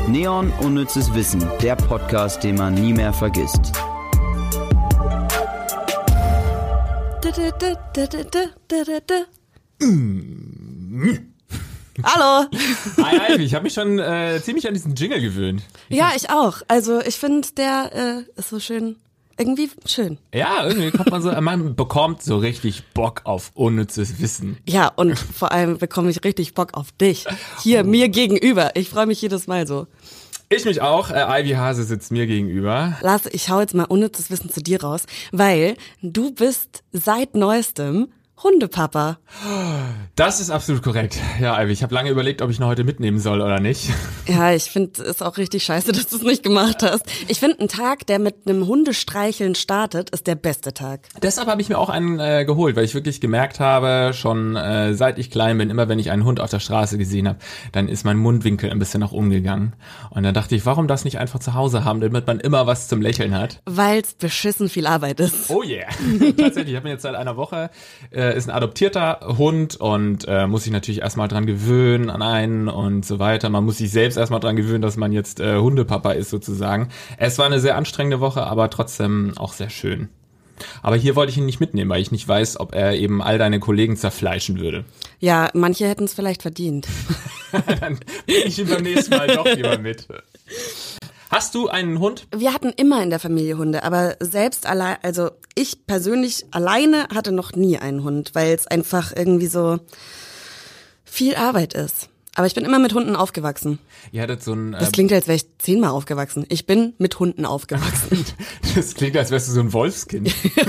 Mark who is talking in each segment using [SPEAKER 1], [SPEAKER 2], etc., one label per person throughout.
[SPEAKER 1] Neon Unnützes Wissen, der Podcast, den man nie mehr vergisst.
[SPEAKER 2] Hallo.
[SPEAKER 3] Hi Ivy, ich habe mich schon ziemlich an diesen Jingle gewöhnt.
[SPEAKER 2] Ja, ich auch. Also ich finde, der ist so schön, irgendwie schön.
[SPEAKER 3] Ja, irgendwie kommt man bekommt so richtig Bock auf unnützes Wissen.
[SPEAKER 2] Ja, und vor allem bekomme ich richtig Bock auf dich. Hier, mir gegenüber. Ich freue mich jedes Mal so.
[SPEAKER 3] Ich mich auch. Ivy Hase sitzt mir gegenüber.
[SPEAKER 2] Lars, ich hau jetzt mal unnützes Wissen zu dir raus, weil du bist seit Neuestem Hundepapa.
[SPEAKER 3] Das ist absolut korrekt. Ja, Ivy, ich habe lange überlegt, ob ich ihn heute mitnehmen soll oder nicht.
[SPEAKER 2] Ja, ich finde es auch richtig scheiße, dass du es nicht gemacht hast. Ich finde, ein Tag, der mit einem Hundestreicheln startet, ist der beste Tag.
[SPEAKER 3] Deshalb habe ich mir auch einen geholt, weil ich wirklich gemerkt habe, schon seit ich klein bin, immer wenn ich einen Hund auf der Straße gesehen habe, dann ist mein Mundwinkel ein bisschen nach oben gegangen. Und dann dachte ich, warum das nicht einfach zu Hause haben, damit man immer was zum Lächeln hat.
[SPEAKER 2] Weil's beschissen viel Arbeit ist.
[SPEAKER 3] Oh yeah. Tatsächlich, ich habe mir jetzt seit einer Woche, ist ein adoptierter Hund und muss sich natürlich erstmal dran gewöhnen an einen und so weiter. Man muss sich selbst erstmal dran gewöhnen, dass man jetzt Hundepapa ist sozusagen. Es war eine sehr anstrengende Woche, aber trotzdem auch sehr schön. Aber hier wollte ich ihn nicht mitnehmen, weil ich nicht weiß, ob er eben all deine Kollegen zerfleischen würde.
[SPEAKER 2] Ja, manche hätten es vielleicht verdient.
[SPEAKER 3] Dann bringe ich ihn beim nächsten Mal doch lieber mit. Hast du einen Hund?
[SPEAKER 2] Wir hatten immer in der Familie Hunde, aber selbst allein, also ich persönlich alleine hatte noch nie einen Hund, weil es einfach irgendwie so viel Arbeit ist. Aber ich bin immer mit Hunden aufgewachsen.
[SPEAKER 3] Ihr hattet so ein...
[SPEAKER 2] Das klingt, als wäre ich 10-mal aufgewachsen. Ich bin mit Hunden aufgewachsen.
[SPEAKER 3] Das klingt, als wärst du so ein Wolfskind.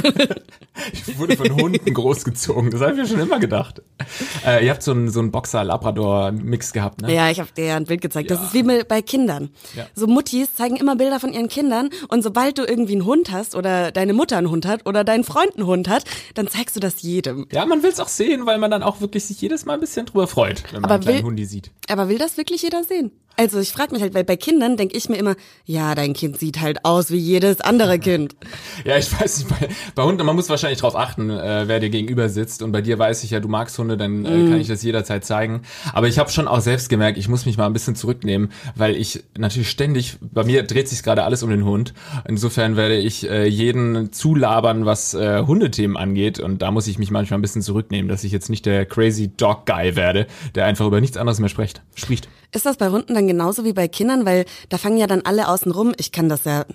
[SPEAKER 3] Ich wurde von Hunden großgezogen. Das habe ich mir schon immer gedacht. Ihr habt so einen Boxer-Labrador-Mix gehabt, ne?
[SPEAKER 2] Ja, ich habe dir ja ein Bild gezeigt.
[SPEAKER 3] Ja.
[SPEAKER 2] Das ist wie bei Kindern. Ja. So Muttis zeigen immer Bilder von ihren Kindern und sobald du irgendwie einen Hund hast oder deine Mutter einen Hund hat oder dein Freund einen Hund hat, dann zeigst du das jedem.
[SPEAKER 3] Ja, man will es auch sehen, weil man dann auch wirklich sich jedes Mal ein bisschen drüber freut, wenn man einen kleinen Hundi sieht.
[SPEAKER 2] Aber will das wirklich jeder sehen? Also ich frage mich halt, weil bei Kindern denke ich mir immer, ja, dein Kind sieht halt aus wie jedes andere Kind.
[SPEAKER 3] Ja, ich weiß nicht, bei Hunden, man muss wahrscheinlich drauf achten, wer dir gegenüber sitzt. Und bei dir weiß ich ja, du magst Hunde, dann kann ich das jederzeit zeigen. Aber ich habe schon auch selbst gemerkt, ich muss mich mal ein bisschen zurücknehmen, weil ich natürlich ständig, bei mir dreht sich gerade alles um den Hund. Insofern werde ich jeden zulabern, was Hundethemen angeht. Und da muss ich mich manchmal ein bisschen zurücknehmen, dass ich jetzt nicht der crazy Dog Guy werde, der einfach über nichts anderes mehr spricht.
[SPEAKER 2] Ist das bei Hunden dann genauso wie bei Kindern? Weil da fangen ja dann alle außen rum. Ich kann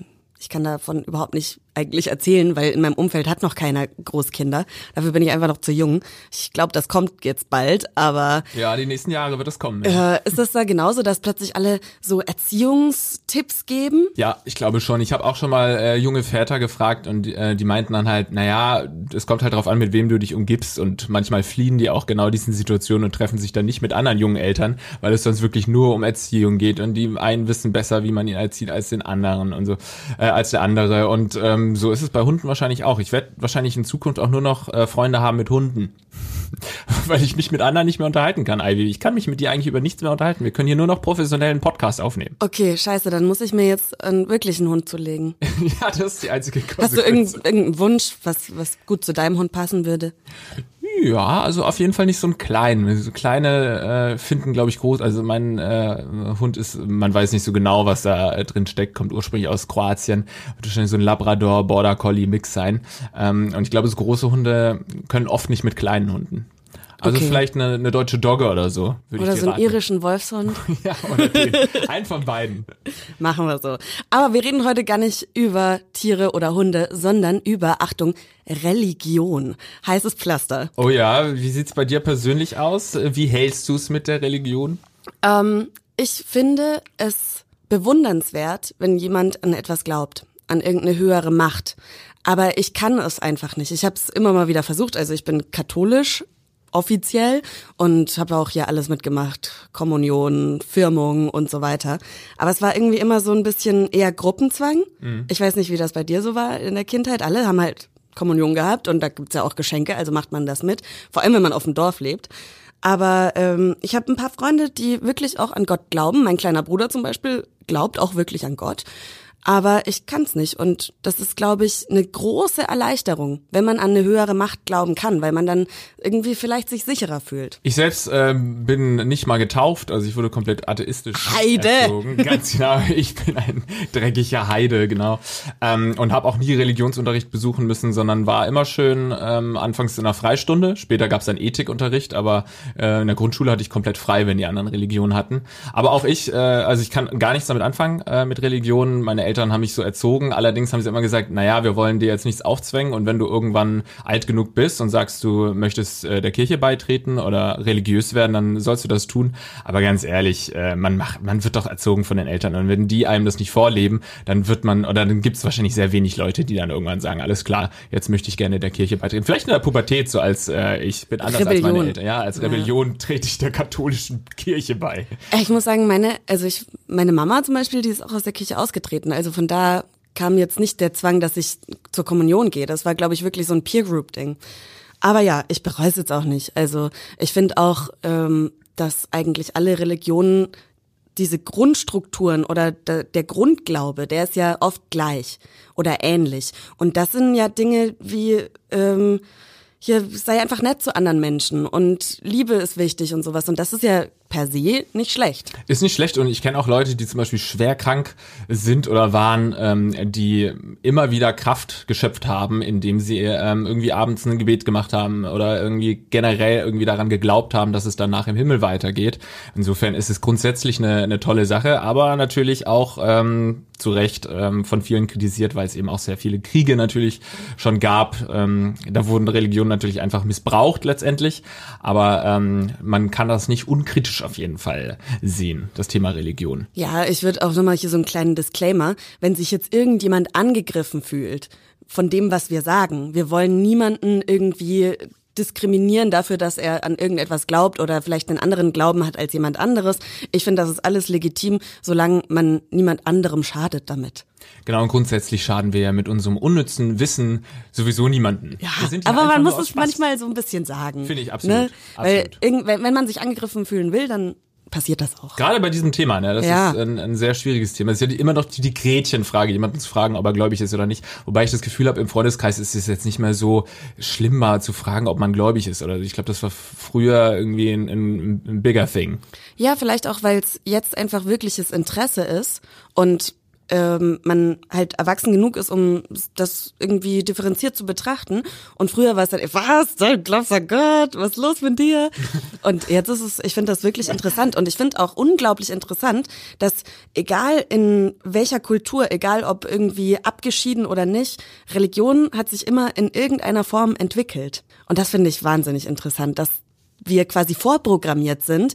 [SPEAKER 2] davon überhaupt nicht eigentlich erzählen, weil in meinem Umfeld hat noch keiner Großkinder. Dafür bin ich einfach noch zu jung. Ich glaube, das kommt jetzt bald, aber...
[SPEAKER 3] Ja, die nächsten Jahre wird es kommen. Ja.
[SPEAKER 2] Ist das da genauso, dass plötzlich alle so Erziehungstipps geben?
[SPEAKER 3] Ja, ich glaube schon. Ich habe auch schon mal junge Väter gefragt und die meinten dann halt, naja, es kommt halt drauf an, mit wem du dich umgibst und manchmal fliehen die auch genau diesen Situationen und treffen sich dann nicht mit anderen jungen Eltern, weil es sonst wirklich nur um Erziehung geht und die einen wissen besser, wie man ihn erzieht als den anderen und so, als der andere und so ist es bei Hunden wahrscheinlich auch. Ich werde wahrscheinlich in Zukunft auch nur noch Freunde haben mit Hunden. Weil ich mich mit anderen nicht mehr unterhalten kann, Ivy. Ich kann mich mit dir eigentlich über nichts mehr unterhalten. Wir können hier nur noch professionellen Podcast aufnehmen.
[SPEAKER 2] Okay, scheiße, dann muss ich mir jetzt einen wirklichen Hund zulegen.
[SPEAKER 3] Ja, das ist die einzige Konsequenz.
[SPEAKER 2] Hast du irgendeinen Wunsch, was gut zu deinem Hund passen würde?
[SPEAKER 3] Ja, also auf jeden Fall nicht so einen kleinen. So kleine finden, glaube ich, groß. Also mein Hund ist, man weiß nicht so genau, was da drin steckt, kommt ursprünglich aus Kroatien. Wird wahrscheinlich so ein Labrador, Border Collie Mix sein. Und ich glaube, so große Hunde können oft nicht mit kleinen Hunden. Also okay. Vielleicht eine deutsche Dogge oder so.
[SPEAKER 2] Oder so einen irischen Wolfshund.
[SPEAKER 3] Ja, oder den. Einen von beiden.
[SPEAKER 2] Machen wir so. Aber wir reden heute gar nicht über Tiere oder Hunde, sondern über, Achtung, Religion. Heißes Pflaster.
[SPEAKER 3] Oh ja, wie sieht's bei dir persönlich aus? Wie hältst du's mit der Religion?
[SPEAKER 2] Ich finde es bewundernswert, wenn jemand an etwas glaubt, an irgendeine höhere Macht. Aber ich kann es einfach nicht. Ich habe es immer mal wieder versucht. Also ich bin katholisch, offiziell, und habe auch hier alles mitgemacht, Kommunion, Firmung und so weiter. Aber es war irgendwie immer so ein bisschen eher Gruppenzwang. Mhm. Ich weiß nicht, wie das bei dir so war in der Kindheit. Alle haben halt Kommunion gehabt und da gibt's ja auch Geschenke, also macht man das mit. Vor allem, wenn man auf dem Dorf lebt. Aber ich habe ein paar Freunde, die wirklich auch an Gott glauben. Mein kleiner Bruder zum Beispiel glaubt auch wirklich an Gott. Aber ich kann's nicht und das ist, glaube ich, eine große Erleichterung, wenn man an eine höhere Macht glauben kann, weil man dann irgendwie vielleicht sich sicherer fühlt.
[SPEAKER 3] Ich selbst bin nicht mal getauft, also ich wurde komplett atheistisch
[SPEAKER 2] Heide!
[SPEAKER 3] erzogen. Ganz genau, ich bin ein dreckiger Heide, genau. Und habe auch nie Religionsunterricht besuchen müssen, sondern war immer schön anfangs in einer Freistunde. Später gab's dann Ethikunterricht, aber in der Grundschule hatte ich komplett frei, wenn die anderen Religionen hatten. Aber auch ich, also ich kann gar nichts damit anfangen mit Religionen. Meine Eltern haben mich so erzogen, allerdings haben sie immer gesagt, naja, wir wollen dir jetzt nichts aufzwängen und wenn du irgendwann alt genug bist und sagst, du möchtest der Kirche beitreten oder religiös werden, dann sollst du das tun. Aber ganz ehrlich, man wird doch erzogen von den Eltern und wenn die einem das nicht vorleben, dann gibt es wahrscheinlich sehr wenig Leute, die dann irgendwann sagen, alles klar, jetzt möchte ich gerne der Kirche beitreten. Vielleicht in der Pubertät, so als ich bin anders als meine Eltern. Ja, als Rebellion trete ich der katholischen Kirche bei.
[SPEAKER 2] Ich muss sagen, meine Mama zum Beispiel, die ist auch aus der Kirche ausgetreten. Also von da kam jetzt nicht der Zwang, dass ich zur Kommunion gehe. Das war, glaube ich, wirklich so ein Peer-Group-Ding. Aber ja, ich bereue es jetzt auch nicht. Also ich finde auch, dass eigentlich alle Religionen diese Grundstrukturen oder der Grundglaube, der ist ja oft gleich oder ähnlich. Und das sind ja Dinge wie hier sei einfach nett zu anderen Menschen und Liebe ist wichtig und sowas. Und das ist ja per se nicht schlecht.
[SPEAKER 3] Ist nicht schlecht und ich kenne auch Leute, die zum Beispiel schwer krank sind oder waren, die immer wieder Kraft geschöpft haben, indem sie irgendwie abends ein Gebet gemacht haben oder irgendwie generell irgendwie daran geglaubt haben, dass es dann nach im Himmel weitergeht. Insofern ist es grundsätzlich eine tolle Sache, aber natürlich auch zu Recht von vielen kritisiert, weil es eben auch sehr viele Kriege natürlich schon gab. Da wurden Religionen natürlich einfach missbraucht letztendlich, aber man kann das nicht unkritisch auf jeden Fall sehen, das Thema Religion.
[SPEAKER 2] Ja, ich würde auch nochmal hier so einen kleinen Disclaimer, wenn sich jetzt irgendjemand angegriffen fühlt von dem, was wir sagen, wir wollen niemanden irgendwie diskriminieren dafür, dass er an irgendetwas glaubt oder vielleicht einen anderen Glauben hat als jemand anderes. Ich finde, das ist alles legitim, solange man niemand anderem schadet damit.
[SPEAKER 3] Genau, und grundsätzlich schaden wir ja mit unserem unnützen Wissen sowieso niemanden.
[SPEAKER 2] Ja, aber man muss es manchmal so ein bisschen sagen.
[SPEAKER 3] Finde ich absolut.
[SPEAKER 2] Ne?
[SPEAKER 3] Absolut.
[SPEAKER 2] Weil wenn man sich angegriffen fühlen will, dann passiert das auch.
[SPEAKER 3] Gerade bei diesem Thema, ne? Das ist ein sehr schwieriges Thema. Es ist ja immer noch die Gretchenfrage, jemanden zu fragen, ob er gläubig ist oder nicht. Wobei ich das Gefühl habe, im Freundeskreis ist es jetzt nicht mehr so schlimm, mal zu fragen, ob man gläubig ist. Oder ich glaube, das war früher irgendwie ein bigger thing.
[SPEAKER 2] Ja, vielleicht auch, weil es jetzt einfach wirkliches Interesse ist und man halt erwachsen genug ist, um das irgendwie differenziert zu betrachten. Und früher war es dann, was, du glaubst an Gott, was ist los mit dir? Und jetzt ist es, ich finde das wirklich interessant. Und ich finde auch unglaublich interessant, dass egal in welcher Kultur, egal ob irgendwie abgeschieden oder nicht, Religion hat sich immer in irgendeiner Form entwickelt. Und das finde ich wahnsinnig interessant, dass wir quasi vorprogrammiert sind,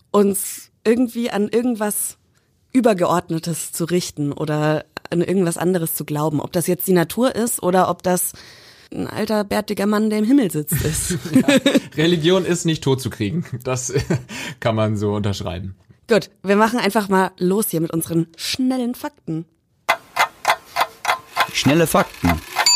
[SPEAKER 2] uns irgendwie an irgendwas Übergeordnetes zu richten oder an irgendwas anderes zu glauben. Ob das jetzt die Natur ist oder ob das ein alter, bärtiger Mann, der im Himmel sitzt, ist.
[SPEAKER 3] Ja, Religion ist nicht tot zu kriegen. Das kann man so unterschreiben.
[SPEAKER 2] Gut, wir machen einfach mal los hier mit unseren schnellen Fakten.
[SPEAKER 1] Schnelle Fakten.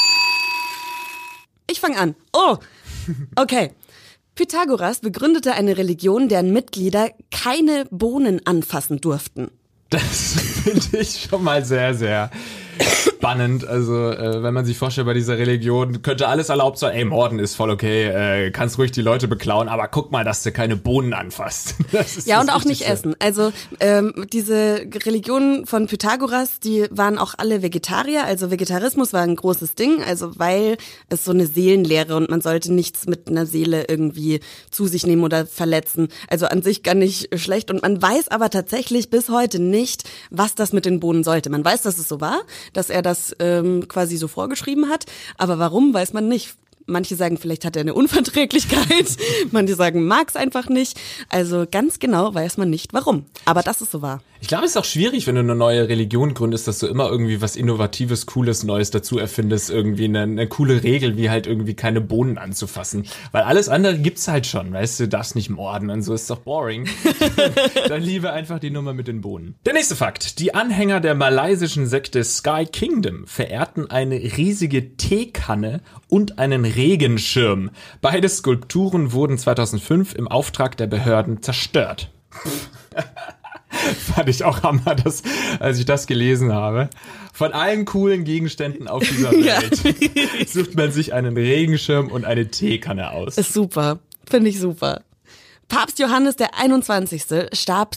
[SPEAKER 2] Ich fange an. Oh, okay. Pythagoras begründete eine Religion, deren Mitglieder keine Bohnen anfassen durften.
[SPEAKER 3] Das finde ich schon mal sehr, sehr spannend. Also wenn man sich vorstellt, bei dieser Religion könnte alles erlaubt sein. Ey, Morden ist voll okay, kannst ruhig die Leute beklauen, aber guck mal, dass du keine Bohnen anfasst. Das ist
[SPEAKER 2] ja, und auch nicht essen. Also diese Religionen von Pythagoras, die waren auch alle Vegetarier. Also Vegetarismus war ein großes Ding, also weil es so eine Seelenlehre und man sollte nichts mit einer Seele irgendwie zu sich nehmen oder verletzen. Also an sich gar nicht schlecht. Und man weiß aber tatsächlich bis heute nicht, was das mit den Bohnen sollte. Man weiß, dass es so war, dass er das quasi so vorgeschrieben hat, aber warum, weiß man nicht. Manche sagen, vielleicht hat er eine Unverträglichkeit, manche sagen, mag's einfach nicht. Also ganz genau weiß man nicht, warum. Aber das ist so wahr.
[SPEAKER 3] Ich glaube, es ist auch schwierig, wenn du eine neue Religion gründest, dass du immer irgendwie was Innovatives, Cooles, Neues dazu erfindest. Irgendwie eine coole Regel, wie halt irgendwie keine Bohnen anzufassen. Weil alles andere gibt's halt schon, weißt du, darfst nicht morden und so, ist doch boring. Dann lieber einfach die Nummer mit den Bohnen. Der nächste Fakt. Die Anhänger der malaysischen Sekte Sky Kingdom verehrten eine riesige Teekanne und einen Regenschirm. Beide Skulpturen wurden 2005 im Auftrag der Behörden zerstört. Fand ich auch Hammer, als ich das gelesen habe. Von allen coolen Gegenständen auf dieser Welt sucht man sich einen Regenschirm und eine Teekanne aus.
[SPEAKER 2] Ist super. Finde ich super. Papst Johannes der 21. starb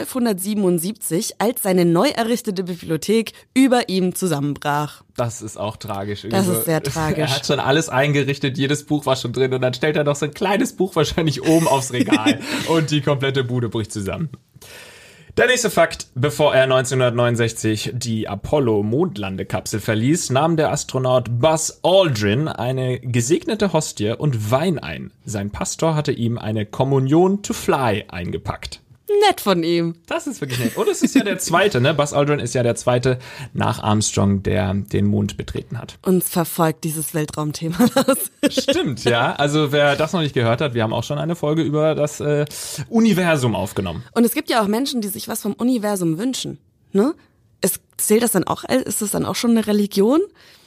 [SPEAKER 2] 1277, als seine neu errichtete Bibliothek über ihm zusammenbrach.
[SPEAKER 3] Das ist auch tragisch.
[SPEAKER 2] Das ist sehr tragisch.
[SPEAKER 3] Er hat schon alles eingerichtet, jedes Buch war schon drin und dann stellt er noch so ein kleines Buch wahrscheinlich oben aufs Regal und die komplette Bude bricht zusammen. Der nächste Fakt: Bevor er 1969 die Apollo-Mondlandekapsel verließ, nahm der Astronaut Buzz Aldrin eine gesegnete Hostie und Wein ein. Sein Pastor hatte ihm eine Kommunion to Fly eingepackt.
[SPEAKER 2] Nett von ihm.
[SPEAKER 3] Das ist wirklich nett. Und es ist ja der zweite, ne? Buzz Aldrin ist ja der zweite nach Armstrong, der den Mond betreten hat.
[SPEAKER 2] Uns verfolgt dieses Weltraumthema.
[SPEAKER 3] Stimmt, ja. Also wer das noch nicht gehört hat, wir haben auch schon eine Folge über das Universum aufgenommen.
[SPEAKER 2] Und es gibt ja auch Menschen, die sich was vom Universum wünschen, ne? Zählt das dann auch, ist das dann auch schon eine Religion?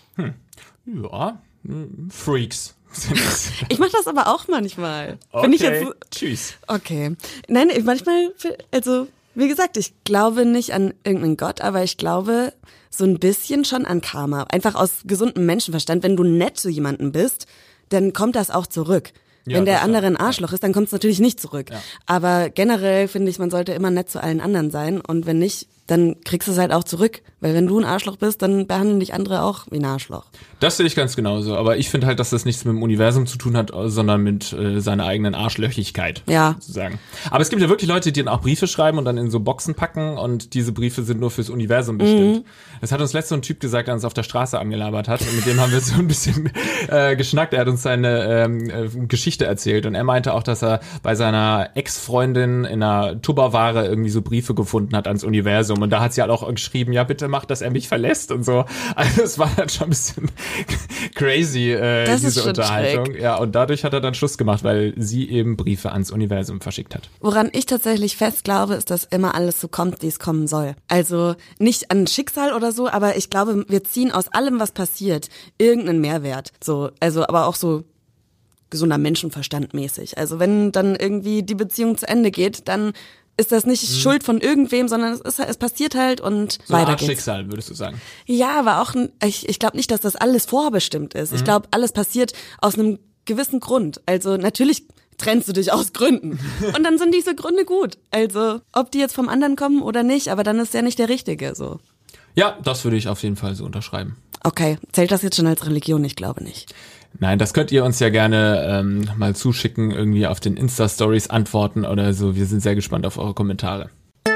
[SPEAKER 3] Ja, Freaks.
[SPEAKER 2] Ich mache das aber auch manchmal.
[SPEAKER 3] Okay, tschüss.
[SPEAKER 2] Okay. Nein, manchmal, also wie gesagt, ich glaube nicht an irgendeinen Gott, aber ich glaube so ein bisschen schon an Karma. Einfach aus gesundem Menschenverstand. Wenn du nett zu jemandem bist, dann kommt das auch zurück.
[SPEAKER 3] Ja,
[SPEAKER 2] wenn der andere ein Arschloch ist, dann kommt es natürlich nicht zurück.
[SPEAKER 3] Ja.
[SPEAKER 2] Aber generell finde ich, man sollte immer nett zu allen anderen sein. Und wenn nicht, dann kriegst du es halt auch zurück. Weil wenn du ein Arschloch bist, dann behandeln dich andere auch wie ein Arschloch.
[SPEAKER 3] Das sehe ich ganz genauso. Aber ich finde halt, dass das nichts mit dem Universum zu tun hat, sondern mit seiner eigenen Arschlöchigkeit.
[SPEAKER 2] Ja.
[SPEAKER 3] Sozusagen. Aber es gibt ja wirklich Leute, die dann auch Briefe schreiben und dann in so Boxen packen und diese Briefe sind nur fürs Universum bestimmt. Das hat uns letztens so ein Typ gesagt, der uns auf der Straße angelabert hat. Und mit dem haben wir so ein bisschen geschnackt. Er hat uns seine Geschichte erzählt und er meinte auch, dass er bei seiner Ex-Freundin in einer Tupperware irgendwie so Briefe gefunden hat ans Universum. Und da hat sie halt auch geschrieben, ja bitte mach, dass er mich verlässt und so. Also es war halt schon ein bisschen crazy, diese Unterhaltung.
[SPEAKER 2] Schräg.
[SPEAKER 3] Ja, und dadurch hat er dann Schluss gemacht, weil sie eben Briefe ans Universum verschickt hat.
[SPEAKER 2] Woran ich tatsächlich fest glaube, ist, dass immer alles so kommt, wie es kommen soll. Also nicht an Schicksal oder so, aber ich glaube, wir ziehen aus allem, was passiert, irgendeinen Mehrwert. So, also aber auch so gesunder Menschenverstand mäßig. Also wenn dann irgendwie die Beziehung zu Ende geht, dann ist das nicht Schuld von irgendwem, sondern es passiert halt und
[SPEAKER 3] So eine
[SPEAKER 2] weiter
[SPEAKER 3] Art
[SPEAKER 2] geht's.
[SPEAKER 3] Schicksal, würdest du sagen?
[SPEAKER 2] Ja, aber auch, ich glaube nicht, dass das alles vorbestimmt ist. Ich glaube, alles passiert aus einem gewissen Grund. Also natürlich trennst du dich aus Gründen. Und dann sind diese Gründe gut. Also ob die jetzt vom anderen kommen oder nicht, aber dann ist der nicht der Richtige. So.
[SPEAKER 3] Ja, das würde ich auf jeden Fall so unterschreiben.
[SPEAKER 2] Okay, zählt das jetzt schon als Religion? Ich glaube nicht.
[SPEAKER 3] Nein, das könnt ihr uns ja gerne mal zuschicken, irgendwie auf den Insta-Stories antworten oder so. Wir sind sehr gespannt auf eure Kommentare.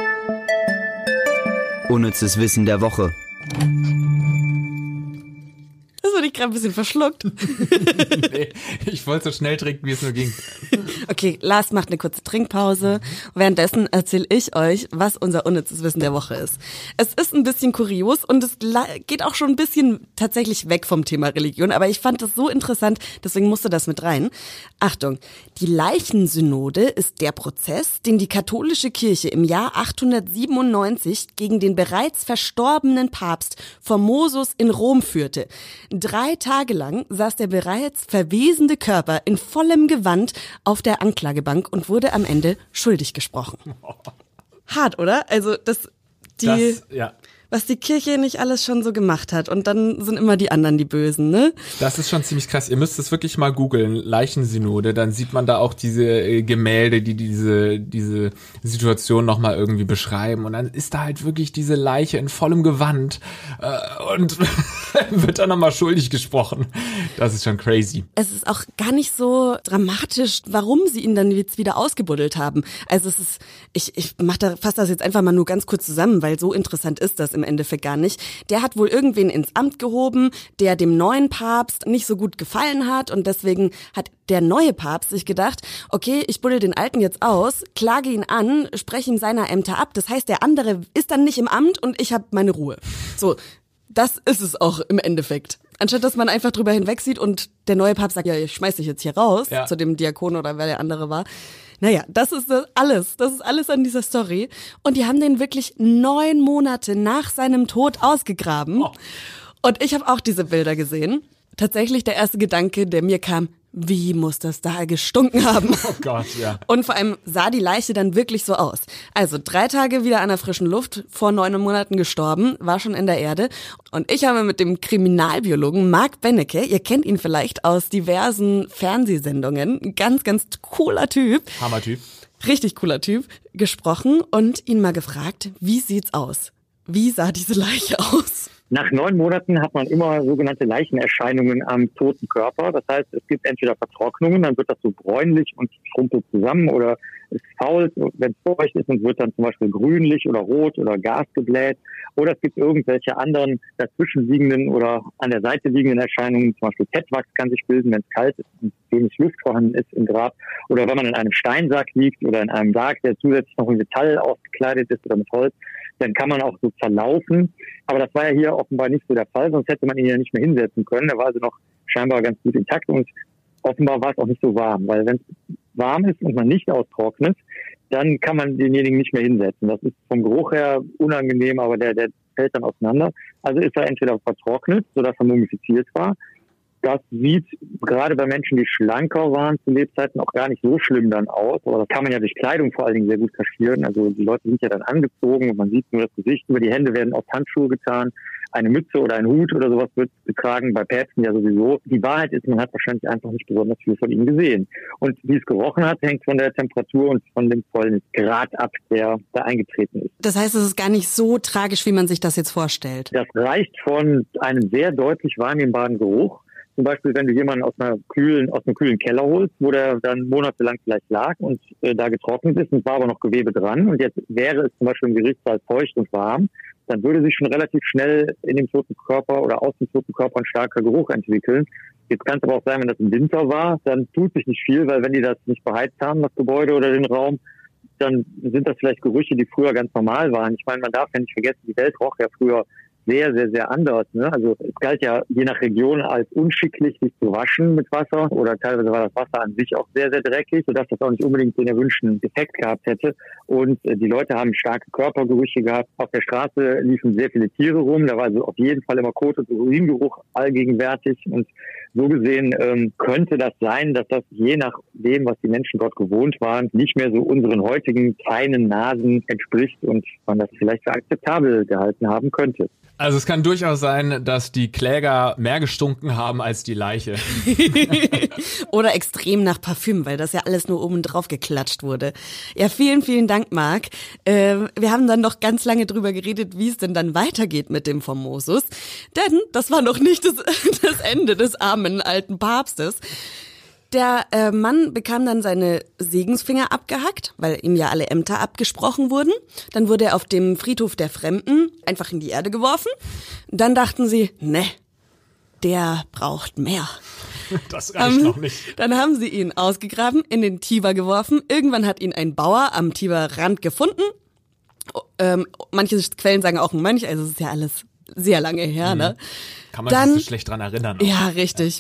[SPEAKER 1] Unnützes Wissen der Woche.
[SPEAKER 2] Das wurde ich gerade ein bisschen verschluckt.
[SPEAKER 3] Nee, ich wollte so schnell trinken, wie es nur ging.
[SPEAKER 2] Okay, Lars macht eine kurze Trinkpause. Währenddessen erzähle ich euch, was unser unnützes Wissen der Woche ist. Es ist ein bisschen kurios und es geht auch schon ein bisschen tatsächlich weg vom Thema Religion, aber ich fand das so interessant, deswegen musste das mit rein. Achtung, die Leichensynode ist der Prozess, den die katholische Kirche im Jahr 897 gegen den bereits verstorbenen Papst Formosus in Rom führte. 3 Tage lang saß der bereits verwesende Körper in vollem Gewand auf der Anklagebank und wurde am Ende schuldig gesprochen. Hart, oder? Also was die Kirche nicht alles schon so gemacht hat. Und dann sind immer die anderen die Bösen, ne?
[SPEAKER 3] Das ist schon ziemlich krass. Ihr müsst es wirklich mal googeln, Leichensynode. Dann sieht man da auch diese Gemälde, die diese Situation nochmal irgendwie beschreiben. Und dann ist da halt wirklich diese Leiche in vollem Gewand und wird dann nochmal schuldig gesprochen. Das ist schon crazy.
[SPEAKER 2] Es ist auch gar nicht so dramatisch, warum sie ihn dann jetzt wieder ausgebuddelt haben. Also es ist, ich fasse das jetzt einfach mal nur ganz kurz zusammen, weil so interessant ist das im Endeffekt gar nicht. Der hat wohl irgendwen ins Amt gehoben, der dem neuen Papst nicht so gut gefallen hat und deswegen hat der neue Papst sich gedacht, okay, ich buddel den Alten jetzt aus, klage ihn an, spreche ihm seiner Ämter ab. Das heißt, der andere ist dann nicht im Amt und ich habe meine Ruhe. So, das ist es auch im Endeffekt. Anstatt dass man einfach drüber hinwegsieht und der neue Papst sagt, ja, ich schmeiß dich jetzt hier raus, zu dem Diakon oder wer der andere war. Naja, das ist alles. Das ist alles an dieser Story. Und die haben den wirklich 9 Monate nach seinem Tod ausgegraben. Oh. Und ich habe auch diese Bilder gesehen. Tatsächlich der erste Gedanke, der mir kam, Wie muss das da gestunken haben?
[SPEAKER 3] Oh Gott, ja.
[SPEAKER 2] Und vor allem sah die Leiche dann wirklich so aus. Also 3 Tage wieder an der frischen Luft, vor 9 Monaten gestorben, war schon in der Erde. Und ich habe mit dem Kriminalbiologen Marc Benecke, ihr kennt ihn vielleicht aus diversen Fernsehsendungen, ganz, ganz cooler Typ.
[SPEAKER 3] Hammertyp.
[SPEAKER 2] Richtig cooler Typ, gesprochen und ihn mal gefragt, wie sieht's aus? Wie sah diese Leiche aus?
[SPEAKER 4] Nach 9 Monaten hat man immer sogenannte Leichenerscheinungen am toten Körper. Das heißt, es gibt entweder Vertrocknungen, dann wird das so bräunlich und schrumpelt zusammen, oder es fault, wenn es feucht ist, und wird dann zum Beispiel grünlich oder rot oder gasgebläht. Oder es gibt irgendwelche anderen dazwischenliegenden oder an der Seite liegenden Erscheinungen. Zum Beispiel Fettwachs kann sich bilden, wenn es kalt ist und wenig Luft vorhanden ist im Grab. Oder wenn man in einem Steinsack liegt oder in einem Sarg, der zusätzlich noch mit Metall ausgekleidet ist oder mit Holz, dann kann man auch so verlaufen. Aber das war ja hier offenbar nicht so der Fall, sonst hätte man ihn ja nicht mehr hinsetzen können. Er war also noch scheinbar ganz gut intakt, und offenbar war es auch nicht so warm, weil wenn es warm ist und man nicht austrocknet, dann kann man denjenigen nicht mehr hinsetzen. Das ist vom Geruch her unangenehm, aber der fällt dann auseinander. Also ist er entweder vertrocknet, sodass er mumifiziert war. Das sieht gerade bei Menschen, die schlanker waren zu Lebzeiten, auch gar nicht so schlimm dann aus. Aber das kann man ja durch Kleidung vor allen Dingen sehr gut kaschieren. Also die Leute sind ja dann angezogen und man sieht nur das Gesicht. Über die Hände werden oft Handschuhe getan. Eine Mütze oder ein Hut oder sowas wird getragen, bei Päpsten ja sowieso. Die Wahrheit ist, man hat wahrscheinlich einfach nicht besonders viel von ihm gesehen. Und wie es gerochen hat, hängt von der Temperatur und von dem vollen Grad ab, der da eingetreten ist.
[SPEAKER 2] Das heißt, es ist gar nicht so tragisch, wie man sich das jetzt vorstellt.
[SPEAKER 4] Das reicht von einem sehr deutlich wahrnehmbaren Geruch. Zum Beispiel, wenn du jemanden aus einem kühlen Keller holst, wo der dann monatelang vielleicht lag und da getrocknet ist und war aber noch Gewebe dran, und jetzt wäre es zum Beispiel im Gerichtssaal feucht und warm, dann würde sich schon relativ schnell in dem toten Körper oder aus dem toten Körper ein starker Geruch entwickeln. Jetzt kann es aber auch sein, wenn das im Winter war, dann tut sich nicht viel, weil wenn die das nicht beheizt haben, das Gebäude oder den Raum, dann sind das vielleicht Gerüche, die früher ganz normal waren. Ich meine, man darf ja nicht vergessen, die Welt roch ja früher sehr, sehr, sehr anders. Ne? Also es galt ja je nach Region als unschicklich, sich zu waschen mit Wasser, oder teilweise war das Wasser an sich auch sehr, sehr dreckig, sodass das auch nicht unbedingt den erwünschten Effekt gehabt hätte. Und die Leute haben starke Körpergerüche gehabt. Auf der Straße liefen sehr viele Tiere rum. Da war also auf jeden Fall immer Kot- und Uringeruch allgegenwärtig. Und so gesehen könnte das sein, dass das je nachdem, was die Menschen dort gewohnt waren, nicht mehr so unseren heutigen feinen Nasen entspricht und man das vielleicht für akzeptabel gehalten haben könnte.
[SPEAKER 3] Also es kann durchaus sein, dass die Kläger mehr gestunken haben als die Leiche.
[SPEAKER 2] Oder extrem nach Parfüm, weil das ja alles nur oben drauf geklatscht wurde. Ja, vielen, vielen Dank, Marc. Wir haben dann noch ganz lange drüber geredet, wie es denn dann weitergeht mit dem Formosus. Denn das war noch nicht das Ende des armen alten Papstes. Der Mann bekam dann seine Segensfinger abgehackt, weil ihm ja alle Ämter abgesprochen wurden. Dann wurde er auf dem Friedhof der Fremden einfach in die Erde geworfen. Dann dachten sie, ne, der braucht mehr.
[SPEAKER 3] Das reicht noch nicht.
[SPEAKER 2] Dann haben sie ihn ausgegraben, in den Tiber geworfen. Irgendwann hat ihn ein Bauer am Tiberrand gefunden. Manche Quellen sagen auch ein Mönch, also es ist ja alles sehr lange her, ne?
[SPEAKER 3] Kann man sich so schlecht dran erinnern. Auch.
[SPEAKER 2] Ja, richtig.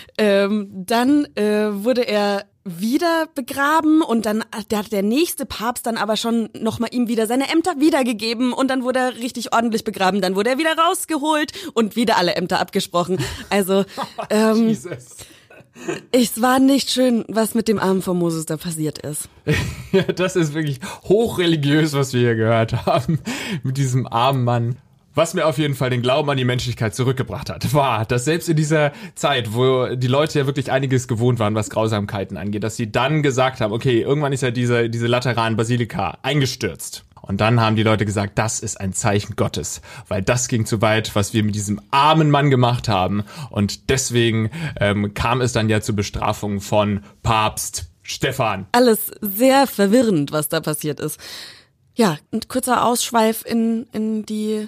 [SPEAKER 2] Dann wurde er wieder begraben und dann hat der nächste Papst dann aber schon nochmal ihm wieder seine Ämter wiedergegeben und dann wurde er richtig ordentlich begraben. Dann wurde er wieder rausgeholt und wieder alle Ämter abgesprochen. Also,
[SPEAKER 3] Jesus.
[SPEAKER 2] Es war nicht schön, was mit dem armen Formosus da passiert ist.
[SPEAKER 3] Ja, das ist wirklich hochreligiös, was wir hier gehört haben mit diesem armen Mann. Was mir auf jeden Fall den Glauben an die Menschlichkeit zurückgebracht hat, war, dass selbst in dieser Zeit, wo die Leute ja wirklich einiges gewohnt waren, was Grausamkeiten angeht, dass sie dann gesagt haben, okay, irgendwann ist ja diese Lateran-Basilika eingestürzt. Und dann haben die Leute gesagt, das ist ein Zeichen Gottes, weil das ging zu weit, was wir mit diesem armen Mann gemacht haben. Und deswegen kam es dann ja zur Bestrafung von Papst Stephan.
[SPEAKER 2] Alles sehr verwirrend, was da passiert ist. Ja, ein kurzer Ausschweif in die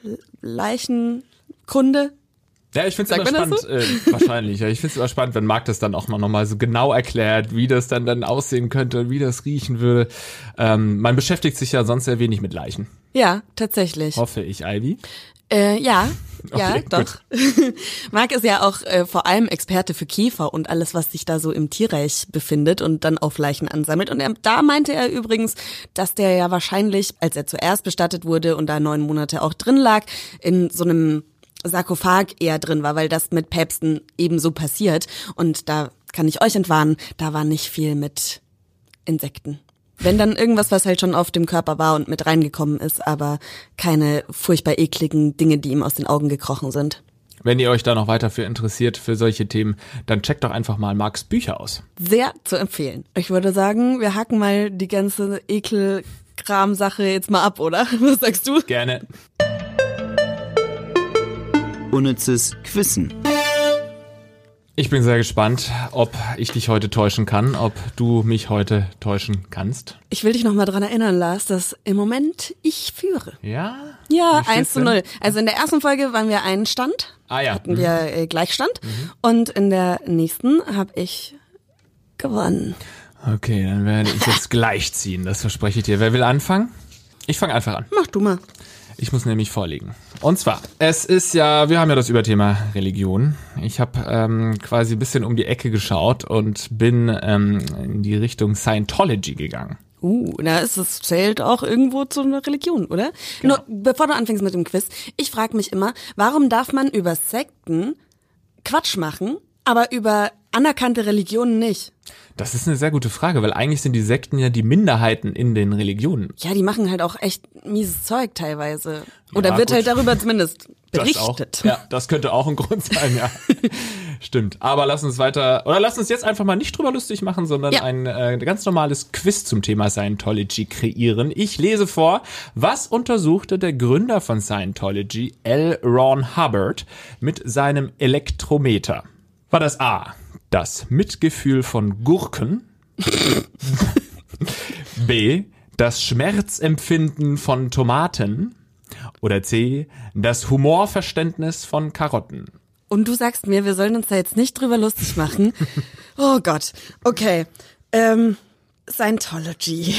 [SPEAKER 2] Leichenkunde.
[SPEAKER 3] Ja, ich find's immer spannend, so? Wahrscheinlich. Ja, ich find's immer spannend, wenn Marc das dann auch noch mal so genau erklärt, wie das dann aussehen könnte, wie das riechen würde. Man beschäftigt sich ja sonst sehr wenig mit Leichen.
[SPEAKER 2] Ja, tatsächlich.
[SPEAKER 3] Hoffe ich, Ivy.
[SPEAKER 2] Ja,
[SPEAKER 3] okay,
[SPEAKER 2] doch. Marc ist ja auch vor allem Experte für Käfer und alles, was sich da so im Tierreich befindet und dann auf Leichen ansammelt. Und da meinte er übrigens, dass der ja wahrscheinlich, als er zuerst bestattet wurde und da 9 Monate auch drin lag, in so einem Sarkophag eher drin war, weil das mit Päpsten ebenso passiert. Und da kann ich euch entwarnen, da war nicht viel mit Insekten. Wenn dann irgendwas, was halt schon auf dem Körper war und mit reingekommen ist, aber keine furchtbar ekligen Dinge, die ihm aus den Augen gekrochen sind.
[SPEAKER 3] Wenn ihr euch da noch weiter für interessiert, für solche Themen, dann checkt doch einfach mal Marks Bücher aus.
[SPEAKER 2] Sehr zu empfehlen. Ich würde sagen, wir hacken mal die ganze Ekelkram-Sache jetzt mal ab, oder? Was sagst du?
[SPEAKER 3] Gerne.
[SPEAKER 1] Unnützes Quissen.
[SPEAKER 3] Ich bin sehr gespannt, ob ich dich heute täuschen kann, ob du mich heute täuschen kannst.
[SPEAKER 2] Ich will dich noch mal dran erinnern, Lars, dass im Moment ich führe.
[SPEAKER 3] Ja?
[SPEAKER 2] Ja,
[SPEAKER 3] Wie steht's
[SPEAKER 2] 1:0. Also in der ersten Folge waren wir einen Stand.
[SPEAKER 3] Ah ja.
[SPEAKER 2] Hatten wir Gleichstand. Und in der nächsten habe ich gewonnen.
[SPEAKER 3] Okay, dann werde ich jetzt gleich ziehen, das verspreche ich dir. Wer will anfangen? Ich fange einfach an.
[SPEAKER 2] Mach du mal.
[SPEAKER 3] Ich muss nämlich vorlegen. Und zwar, es ist ja, wir haben ja das Überthema Religion. Ich habe quasi ein bisschen um die Ecke geschaut und bin in die Richtung Scientology gegangen.
[SPEAKER 2] Da ist es, zählt auch irgendwo zu einer Religion, oder?
[SPEAKER 3] Genau.
[SPEAKER 2] Nur, bevor du anfängst mit dem Quiz, ich frage mich immer, warum darf man über Sekten Quatsch machen, aber über anerkannte Religionen nicht?
[SPEAKER 3] Das ist eine sehr gute Frage, weil eigentlich sind die Sekten ja die Minderheiten in den Religionen.
[SPEAKER 2] Ja, die machen halt auch echt mieses Zeug teilweise. Oder
[SPEAKER 3] Ja,
[SPEAKER 2] wird
[SPEAKER 3] gut.
[SPEAKER 2] halt darüber zumindest
[SPEAKER 3] Das auch.
[SPEAKER 2] berichtet.
[SPEAKER 3] Ja, das könnte auch ein Grund sein, ja. Stimmt. Aber lass uns jetzt einfach mal nicht drüber lustig machen, sondern ein ganz normales Quiz zum Thema Scientology kreieren. Ich lese vor, was untersuchte der Gründer von Scientology, L. Ron Hubbard, mit seinem Elektrometer? War das A, das Mitgefühl von Gurken? B, das Schmerzempfinden von Tomaten? Oder C, das Humorverständnis von Karotten?
[SPEAKER 2] Und du sagst mir, wir sollen uns da jetzt nicht drüber lustig machen. Oh Gott. Okay. Scientology.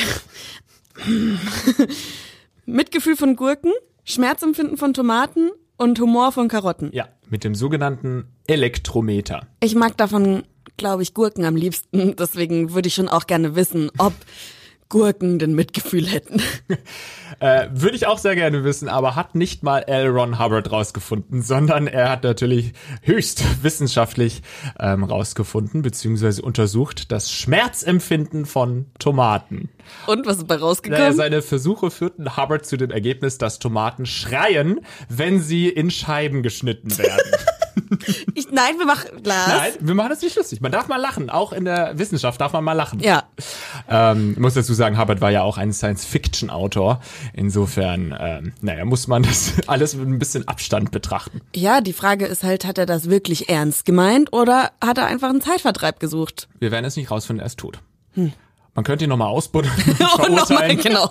[SPEAKER 2] Mitgefühl von Gurken, Schmerzempfinden von Tomaten und Humor von Karotten.
[SPEAKER 3] Ja, mit dem sogenannten Elektrometer.
[SPEAKER 2] Ich mag davon, glaube ich, Gurken am liebsten. Deswegen würde ich schon auch gerne wissen, ob Gurken denn Mitgefühl hätten.
[SPEAKER 3] Würde ich auch sehr gerne wissen, aber hat nicht mal L. Ron Hubbard rausgefunden, sondern er hat natürlich höchst wissenschaftlich rausgefunden, beziehungsweise untersucht das Schmerzempfinden von Tomaten.
[SPEAKER 2] Und was ist bei rausgekommen?
[SPEAKER 3] Seine Versuche führten Hubbard zu dem Ergebnis, dass Tomaten schreien, wenn sie in Scheiben geschnitten werden.
[SPEAKER 2] Nein, wir machen Glas.
[SPEAKER 3] Nein, wir machen das nicht lustig. Man darf mal lachen. Auch in der Wissenschaft darf man mal lachen.
[SPEAKER 2] Ja.
[SPEAKER 3] Ich muss dazu sagen, Hubbard war ja auch ein Science-Fiction-Autor. Insofern, muss man das alles mit ein bisschen Abstand betrachten.
[SPEAKER 2] Ja, die Frage ist halt, hat er das wirklich ernst gemeint oder hat er einfach einen Zeitvertreib gesucht?
[SPEAKER 3] Wir werden es nicht rausfinden, er ist tot. Man könnte ihn nochmal ausbuddeln und
[SPEAKER 2] Und nochmal,
[SPEAKER 3] verurteilen.
[SPEAKER 2] genau.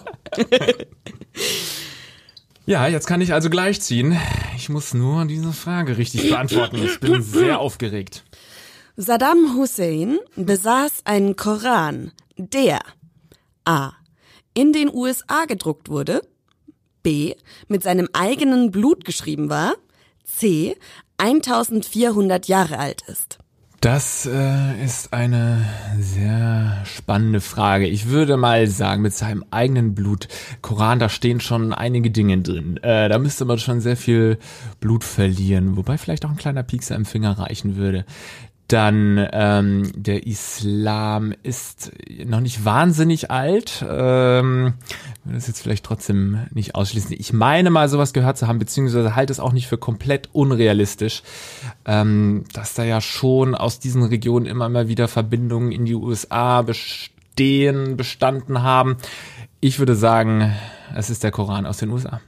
[SPEAKER 3] Ja, jetzt kann ich also gleich ziehen. Ich muss nur diese Frage richtig beantworten. Ich bin sehr aufgeregt.
[SPEAKER 2] Saddam Hussein besaß einen Koran, der A. in den USA gedruckt wurde, B. mit seinem eigenen Blut geschrieben war, C. 1400 Jahre alt ist.
[SPEAKER 3] Das ist eine sehr spannende Frage. Ich würde mal sagen, mit seinem eigenen Blut, Koran, da stehen schon einige Dinge drin. Da müsste man schon sehr viel Blut verlieren, wobei vielleicht auch ein kleiner Piekser im Finger reichen würde. Dann der Islam ist noch nicht wahnsinnig alt. Würde das jetzt vielleicht trotzdem nicht ausschließen. Ich meine mal sowas gehört zu haben, beziehungsweise halte es auch nicht für komplett unrealistisch, dass da ja schon aus diesen Regionen immer mal wieder Verbindungen in die USA bestanden haben. Ich würde sagen, es ist der Koran aus den USA.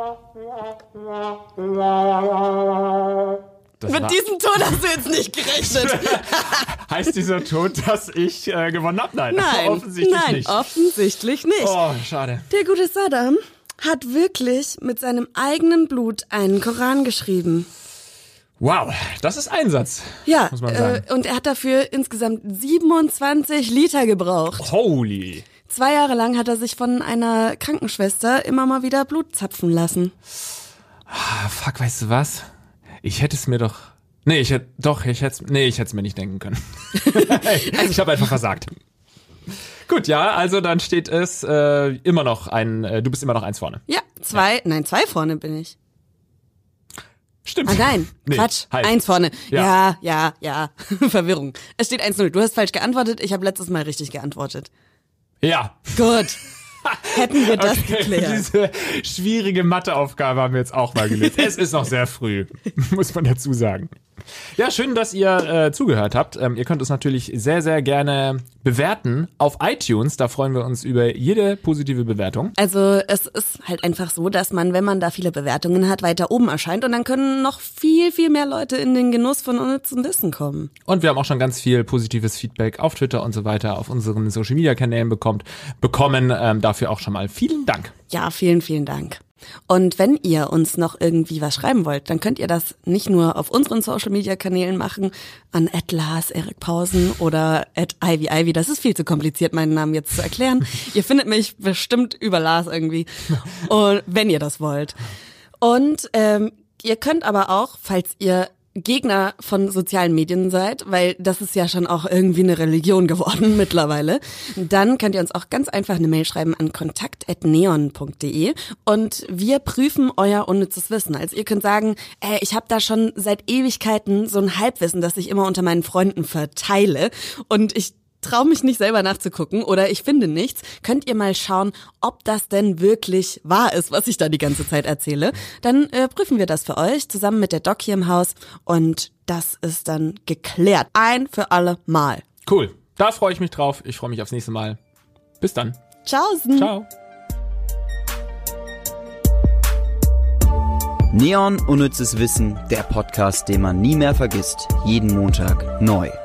[SPEAKER 2] Mit diesem Ton hast du jetzt nicht gerechnet.
[SPEAKER 3] Heißt dieser Tod, dass ich gewonnen habe? Nein, offensichtlich
[SPEAKER 2] offensichtlich nicht.
[SPEAKER 3] Oh, schade.
[SPEAKER 2] Der gute Saddam hat wirklich mit seinem eigenen Blut einen Koran geschrieben.
[SPEAKER 3] Wow, das ist Einsatz,
[SPEAKER 2] Ja,
[SPEAKER 3] muss man sagen.
[SPEAKER 2] Und er hat dafür insgesamt 27 Liter gebraucht.
[SPEAKER 3] Holy.
[SPEAKER 2] 2 Jahre lang hat er sich von einer Krankenschwester immer mal wieder Blut zapfen lassen.
[SPEAKER 3] Fuck, weißt du was? Ich hätte es mir doch... ich hätte es mir nicht denken können. Ich habe einfach versagt. Gut, ja, also dann steht es immer noch du bist immer noch 1 vorne.
[SPEAKER 2] Ja, 2 vorne bin ich.
[SPEAKER 3] Stimmt.
[SPEAKER 2] Ah nein,
[SPEAKER 3] Nee,
[SPEAKER 2] Quatsch,
[SPEAKER 3] halt.
[SPEAKER 2] 1 vorne.
[SPEAKER 3] Ja.
[SPEAKER 2] Ja. Verwirrung. Es steht 1-0. Du hast falsch geantwortet, ich habe letztes Mal richtig geantwortet.
[SPEAKER 3] Ja.
[SPEAKER 2] Gut. Hätten wir das
[SPEAKER 3] Okay,
[SPEAKER 2] geklärt.
[SPEAKER 3] diese schwierige Matheaufgabe haben wir jetzt auch mal gelöst. Es ist noch sehr früh, muss man dazu sagen. Ja, schön, dass ihr zugehört habt. Ihr könnt uns natürlich sehr, sehr gerne bewerten auf iTunes. Da freuen wir uns über jede positive Bewertung.
[SPEAKER 2] Also es ist halt einfach so, dass man, wenn man da viele Bewertungen hat, weiter oben erscheint und dann können noch viel, viel mehr Leute in den Genuss von unnützem Wissen kommen.
[SPEAKER 3] Und wir haben auch schon ganz viel positives Feedback auf Twitter und so weiter, auf unseren Social-Media-Kanälen bekommen. Dafür auch schon mal vielen Dank.
[SPEAKER 2] Ja, vielen, vielen Dank. Und wenn ihr uns noch irgendwie was schreiben wollt, dann könnt ihr das nicht nur auf unseren Social-Media-Kanälen machen, an @Lars-Erik-Pausen oder @Ivy. Das ist viel zu kompliziert, meinen Namen jetzt zu erklären. Ihr findet mich bestimmt über Lars irgendwie, und wenn ihr das wollt. Und ihr könnt aber auch, falls ihr Gegner von sozialen Medien seid, weil das ist ja schon auch irgendwie eine Religion geworden mittlerweile, dann könnt ihr uns auch ganz einfach eine Mail schreiben an kontakt@neon.de und wir prüfen euer unnützes Wissen. Also ihr könnt sagen, ich habe da schon seit Ewigkeiten so ein Halbwissen, das ich immer unter meinen Freunden verteile und ich traue mich nicht selber nachzugucken oder ich finde nichts, könnt ihr mal schauen, ob das denn wirklich wahr ist, was ich da die ganze Zeit erzähle. Dann prüfen wir das für euch zusammen mit der Doc hier im Haus und das ist dann geklärt. Ein für alle Mal.
[SPEAKER 3] Cool, da freue ich mich drauf. Ich freue mich aufs nächste Mal. Bis dann.
[SPEAKER 2] Tschaußen.
[SPEAKER 3] Ciao.
[SPEAKER 1] Neon Unnützes Wissen, der Podcast, den man nie mehr vergisst. Jeden Montag neu.